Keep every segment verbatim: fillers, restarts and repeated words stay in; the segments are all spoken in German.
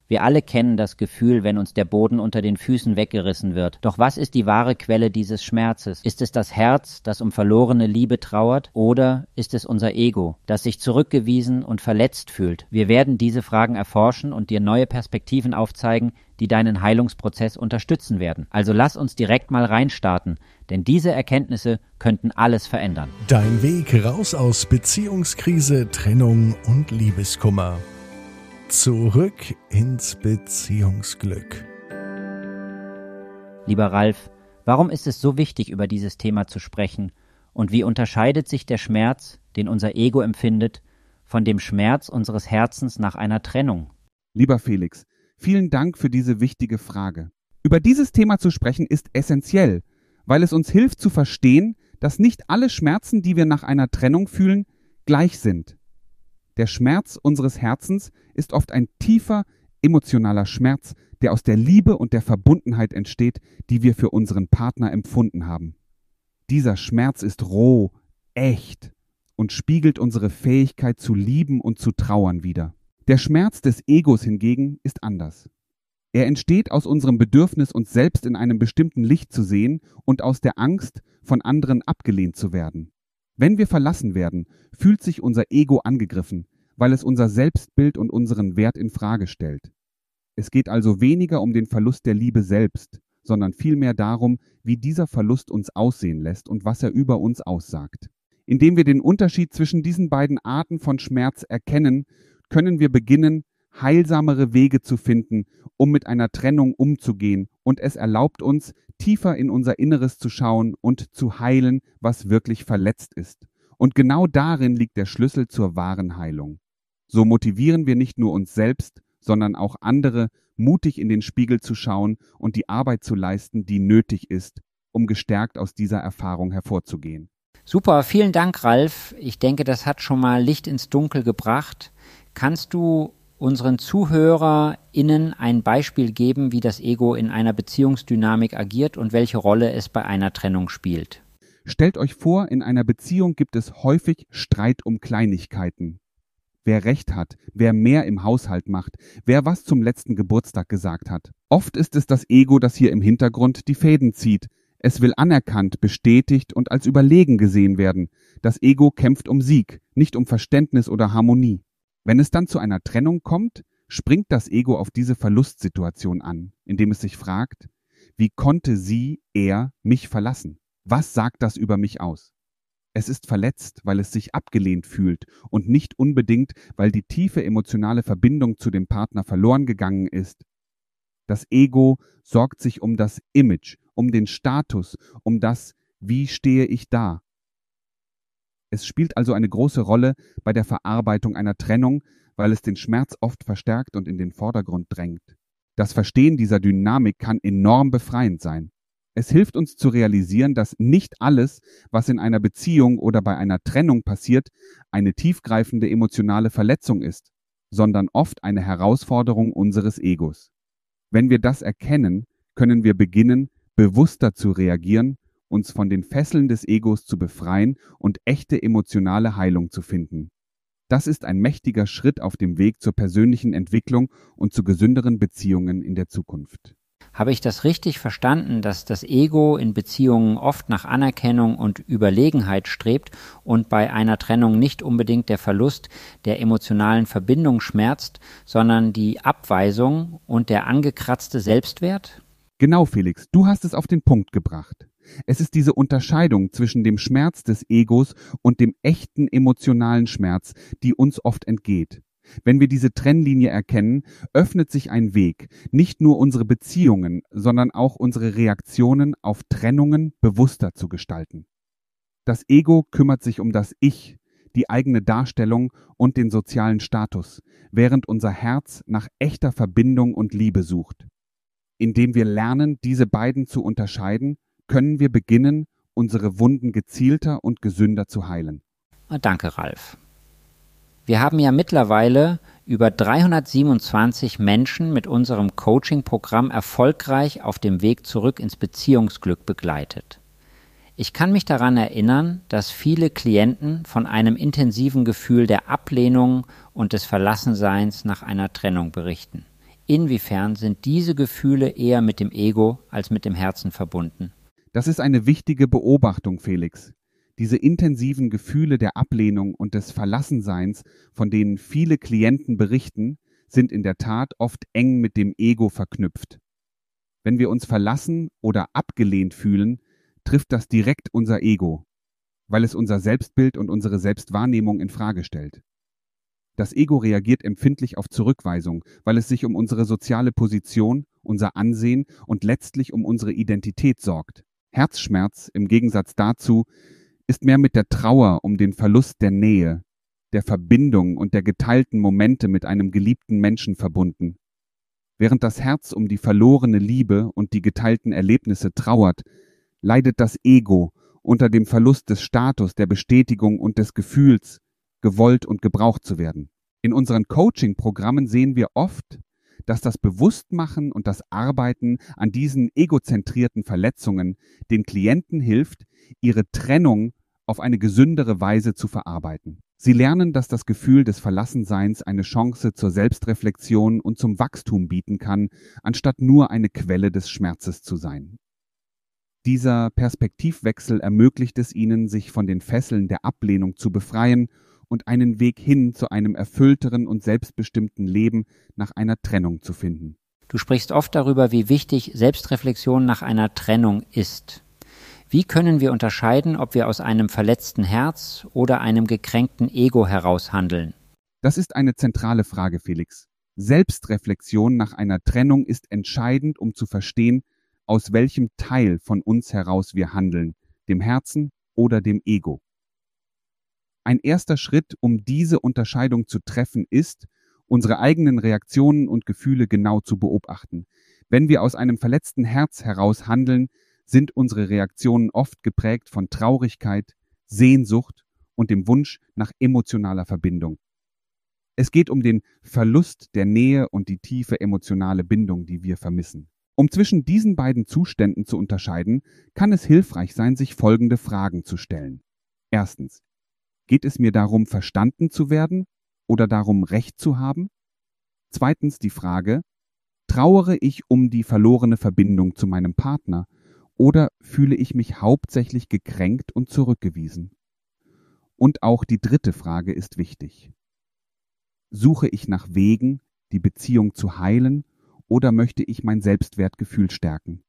Wir alle kennen das Gefühl, wenn uns der Boden unter den Füßen weggerissen wird. Doch was ist die wahre Quelle dieses Schmerzes? Ist es das Herz, das um verlorene Liebe trauert? Oder ist es unser Ego, das sich zurückgewiesen und verletzt fühlt? Wir werden diese Fragen erforschen und dir neue Perspektiven aufzeigen, die deinen Heilungsprozess unterstützen werden. Also lass uns direkt mal reinstarten, denn diese Erkenntnisse könnten alles verändern. Dein Weg raus aus Beziehungskrise, Trennung und Liebeskummer. Zurück ins Beziehungsglück. Lieber Ralf, warum ist es so wichtig, über dieses Thema zu sprechen? Und wie unterscheidet sich der Schmerz, den unser Ego empfindet, von dem Schmerz unseres Herzens nach einer Trennung? Lieber Felix, vielen Dank für diese wichtige Frage. Über dieses Thema zu sprechen ist essentiell, weil es uns hilft zu verstehen, dass nicht alle Schmerzen, die wir nach einer Trennung fühlen, gleich sind. Der Schmerz unseres Herzens ist oft ein tiefer, emotionaler Schmerz, der aus der Liebe und der Verbundenheit entsteht, die wir für unseren Partner empfunden haben. Dieser Schmerz ist roh, echt und spiegelt unsere Fähigkeit zu lieben und zu trauern wider. Der Schmerz des Egos hingegen ist anders. Er entsteht aus unserem Bedürfnis, uns selbst in einem bestimmten Licht zu sehen und aus der Angst, von anderen abgelehnt zu werden. Wenn wir verlassen werden, fühlt sich unser Ego angegriffen, weil es unser Selbstbild und unseren Wert in Frage stellt. Es geht also weniger um den Verlust der Liebe selbst, sondern vielmehr darum, wie dieser Verlust uns aussehen lässt und was er über uns aussagt. Indem wir den Unterschied zwischen diesen beiden Arten von Schmerz erkennen, können wir beginnen, heilsamere Wege zu finden, um mit einer Trennung umzugehen, und es erlaubt uns, tiefer in unser Inneres zu schauen und zu heilen, was wirklich verletzt ist. Und genau darin liegt der Schlüssel zur wahren Heilung. So motivieren wir nicht nur uns selbst, sondern auch andere, mutig in den Spiegel zu schauen und die Arbeit zu leisten, die nötig ist, um gestärkt aus dieser Erfahrung hervorzugehen. Super, vielen Dank, Ralf. Ich denke, das hat schon mal Licht ins Dunkel gebracht. Kannst du unseren ZuhörerInnen ein Beispiel geben, wie das Ego in einer Beziehungsdynamik agiert und welche Rolle es bei einer Trennung spielt? Stellt euch vor, in einer Beziehung gibt es häufig Streit um Kleinigkeiten. Wer Recht hat, wer mehr im Haushalt macht, wer was zum letzten Geburtstag gesagt hat. Oft ist es das Ego, das hier im Hintergrund die Fäden zieht. Es will anerkannt, bestätigt und als überlegen gesehen werden. Das Ego kämpft um Sieg, nicht um Verständnis oder Harmonie. Wenn es dann zu einer Trennung kommt, springt das Ego auf diese Verlustsituation an, indem es sich fragt, wie konnte sie, er, mich verlassen? Was sagt das über mich aus? Es ist verletzt, weil es sich abgelehnt fühlt und nicht unbedingt, weil die tiefe emotionale Verbindung zu dem Partner verloren gegangen ist. Das Ego sorgt sich um das Image, um den Status, um das, wie stehe ich da? Es spielt also eine große Rolle bei der Verarbeitung einer Trennung, weil es den Schmerz oft verstärkt und in den Vordergrund drängt. Das Verstehen dieser Dynamik kann enorm befreiend sein. Es hilft uns zu realisieren, dass nicht alles, was in einer Beziehung oder bei einer Trennung passiert, eine tiefgreifende emotionale Verletzung ist, sondern oft eine Herausforderung unseres Egos. Wenn wir das erkennen, können wir beginnen, bewusster zu reagieren, uns von den Fesseln des Egos zu befreien und echte emotionale Heilung zu finden. Das ist ein mächtiger Schritt auf dem Weg zur persönlichen Entwicklung und zu gesünderen Beziehungen in der Zukunft. Habe ich das richtig verstanden, dass das Ego in Beziehungen oft nach Anerkennung und Überlegenheit strebt und bei einer Trennung nicht unbedingt der Verlust der emotionalen Verbindung schmerzt, sondern die Abweisung und der angekratzte Selbstwert? Genau, Felix, du hast es auf den Punkt gebracht. Es ist diese Unterscheidung zwischen dem Schmerz des Egos und dem echten emotionalen Schmerz, die uns oft entgeht. Wenn wir diese Trennlinie erkennen, öffnet sich ein Weg, nicht nur unsere Beziehungen, sondern auch unsere Reaktionen auf Trennungen bewusster zu gestalten. Das Ego kümmert sich um das Ich, die eigene Darstellung und den sozialen Status, während unser Herz nach echter Verbindung und Liebe sucht. Indem wir lernen, diese beiden zu unterscheiden, können wir beginnen, unsere Wunden gezielter und gesünder zu heilen. Danke, Ralf. Wir haben ja mittlerweile über dreihundertsiebenundzwanzig Menschen mit unserem Coaching-Programm erfolgreich auf dem Weg zurück ins Beziehungsglück begleitet. Ich kann mich daran erinnern, dass viele Klienten von einem intensiven Gefühl der Ablehnung und des Verlassenseins nach einer Trennung berichten. inwiefern sind diese Gefühle eher mit dem Ego als mit dem Herzen verbunden? Das ist eine wichtige Beobachtung, Felix. Diese intensiven Gefühle der Ablehnung und des Verlassenseins, von denen viele Klienten berichten, sind in der Tat oft eng mit dem Ego verknüpft. Wenn wir uns verlassen oder abgelehnt fühlen, trifft das direkt unser Ego, weil es unser Selbstbild und unsere Selbstwahrnehmung in Frage stellt. Das Ego reagiert empfindlich auf Zurückweisung, weil es sich um unsere soziale Position, unser Ansehen und letztlich um unsere Identität sorgt. Herzschmerz, im Gegensatz dazu, ist mehr mit der Trauer um den Verlust der Nähe, der Verbindung und der geteilten Momente mit einem geliebten Menschen verbunden. Während das Herz um die verlorene Liebe und die geteilten Erlebnisse trauert, leidet das Ego unter dem Verlust des Status, der Bestätigung und des Gefühls, gewollt und gebraucht zu werden. In unseren Coaching-Programmen sehen wir oft, dass das Bewusstmachen und das Arbeiten an diesen egozentrierten Verletzungen den Klienten hilft, ihre Trennung auf eine gesündere Weise zu verarbeiten. Sie lernen, dass das Gefühl des Verlassenseins eine Chance zur Selbstreflexion und zum Wachstum bieten kann, anstatt nur eine Quelle des Schmerzes zu sein. Dieser Perspektivwechsel ermöglicht es ihnen, sich von den Fesseln der Ablehnung zu befreien und einen Weg hin zu einem erfüllteren und selbstbestimmten Leben nach einer Trennung zu finden. Du sprichst oft darüber, wie wichtig Selbstreflexion nach einer Trennung ist. Wie können wir unterscheiden, ob wir aus einem verletzten Herz oder einem gekränkten Ego heraus handeln? Das ist eine zentrale Frage, Felix. Selbstreflexion nach einer Trennung ist entscheidend, um zu verstehen, aus welchem Teil von uns heraus wir handeln, dem Herzen oder dem Ego. Ein erster Schritt, um diese Unterscheidung zu treffen, ist, unsere eigenen Reaktionen und Gefühle genau zu beobachten. Wenn wir aus einem verletzten Herz heraus handeln, sind unsere Reaktionen oft geprägt von Traurigkeit, Sehnsucht und dem Wunsch nach emotionaler Verbindung. Es geht um den Verlust der Nähe und die tiefe emotionale Bindung, die wir vermissen. Um zwischen diesen beiden Zuständen zu unterscheiden, kann es hilfreich sein, sich folgende Fragen zu stellen. Erstens: Geht es mir darum, verstanden zu werden oder darum, Recht zu haben? Zweitens die Frage: Trauere ich um die verlorene Verbindung zu meinem Partner oder fühle ich mich hauptsächlich gekränkt und zurückgewiesen? Und auch die dritte Frage ist wichtig. Suche ich nach Wegen, die Beziehung zu heilen, oder möchte ich mein Selbstwertgefühl stärken?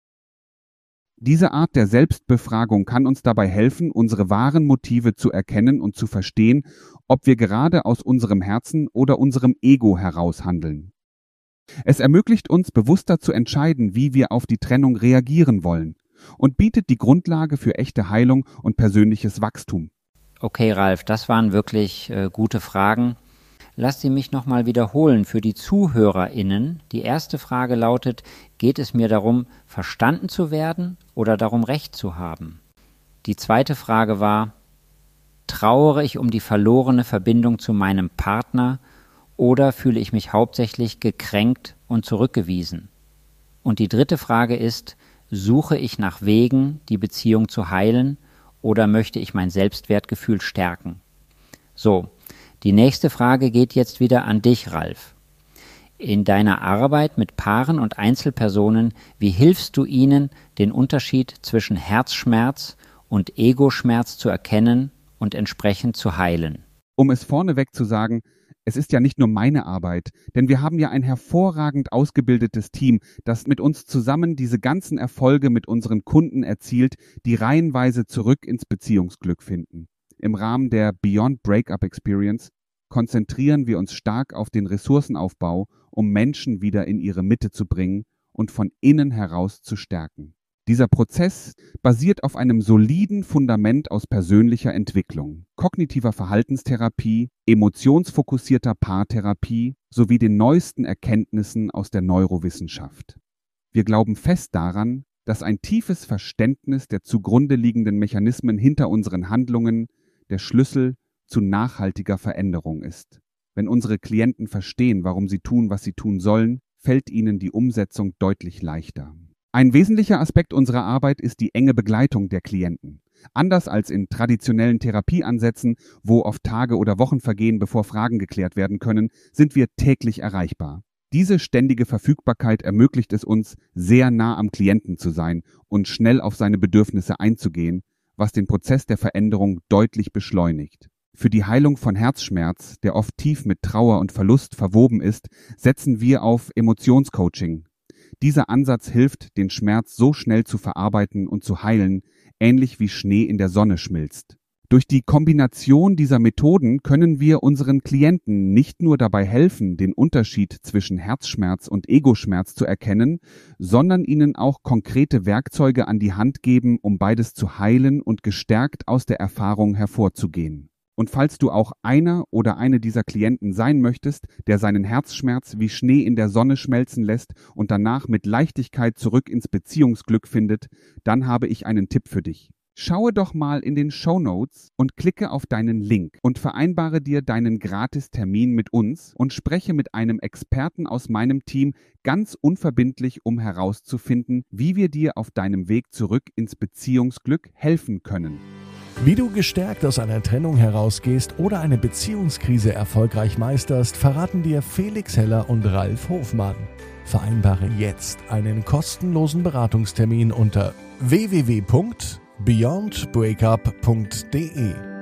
Diese Art der Selbstbefragung kann uns dabei helfen, unsere wahren Motive zu erkennen und zu verstehen, ob wir gerade aus unserem Herzen oder unserem Ego heraus handeln. Es ermöglicht uns, bewusster zu entscheiden, wie wir auf die Trennung reagieren wollen, und bietet die Grundlage für echte Heilung und persönliches Wachstum. Okay, Ralf, das waren wirklich äh, gute Fragen. Lass sie mich nochmal wiederholen für die ZuhörerInnen. Die erste Frage lautet: Geht es mir darum, verstanden zu werden oder darum, Recht zu haben? Die zweite Frage war: Trauere ich um die verlorene Verbindung zu meinem Partner oder fühle ich mich hauptsächlich gekränkt und zurückgewiesen? Und die dritte Frage ist: Suche ich nach Wegen, die Beziehung zu heilen, oder möchte ich mein Selbstwertgefühl stärken? So, die nächste Frage geht jetzt wieder an dich, Ralf. In deiner Arbeit mit Paaren und Einzelpersonen, wie hilfst du ihnen, den Unterschied zwischen Herzschmerz und Ego-Schmerz zu erkennen und entsprechend zu heilen? Um es vorneweg zu sagen, es ist ja nicht nur meine Arbeit, denn wir haben ja ein hervorragend ausgebildetes Team, das mit uns zusammen diese ganzen Erfolge mit unseren Kunden erzielt, die reihenweise zurück ins Beziehungsglück finden. Im Rahmen der Beyond Breakup Experience konzentrieren wir uns stark auf den Ressourcenaufbau, um Menschen wieder in ihre Mitte zu bringen und von innen heraus zu stärken. Dieser Prozess basiert auf einem soliden Fundament aus persönlicher Entwicklung, kognitiver Verhaltenstherapie, emotionsfokussierter Paartherapie sowie den neuesten Erkenntnissen aus der Neurowissenschaft. Wir glauben fest daran, dass ein tiefes Verständnis der zugrunde liegenden Mechanismen hinter unseren Handlungen der Schlüssel zu nachhaltiger Veränderung ist. Wenn unsere Klienten verstehen, warum sie tun, was sie tun sollen, fällt ihnen die Umsetzung deutlich leichter. Ein wesentlicher Aspekt unserer Arbeit ist die enge Begleitung der Klienten. Anders als in traditionellen Therapieansätzen, wo oft Tage oder Wochen vergehen, bevor Fragen geklärt werden können, sind wir täglich erreichbar. Diese ständige Verfügbarkeit ermöglicht es uns, sehr nah am Klienten zu sein und schnell auf seine Bedürfnisse einzugehen, was den Prozess der Veränderung deutlich beschleunigt. Für die Heilung von Herzschmerz, der oft tief mit Trauer und Verlust verwoben ist, setzen wir auf Emotionscoaching. Dieser Ansatz hilft, den Schmerz so schnell zu verarbeiten und zu heilen, ähnlich wie Schnee in der Sonne schmilzt. Durch die Kombination dieser Methoden können wir unseren Klienten nicht nur dabei helfen, den Unterschied zwischen Herzschmerz und Egoschmerz zu erkennen, sondern ihnen auch konkrete Werkzeuge an die Hand geben, um beides zu heilen und gestärkt aus der Erfahrung hervorzugehen. Und falls du auch einer oder eine dieser Klienten sein möchtest, der seinen Herzschmerz wie Schnee in der Sonne schmelzen lässt und danach mit Leichtigkeit zurück ins Beziehungsglück findet, dann habe ich einen Tipp für dich. Schaue doch mal in den Shownotes und klicke auf deinen Link und vereinbare dir deinen Gratis-Termin mit uns und spreche mit einem Experten aus meinem Team ganz unverbindlich, um herauszufinden, wie wir dir auf deinem Weg zurück ins Beziehungsglück helfen können. Wie du gestärkt aus einer Trennung herausgehst oder eine Beziehungskrise erfolgreich meisterst, verraten dir Felix Heller und Ralf Hofmann. Vereinbare jetzt einen kostenlosen Beratungstermin unter w w w punkt beyond breakup punkt d e.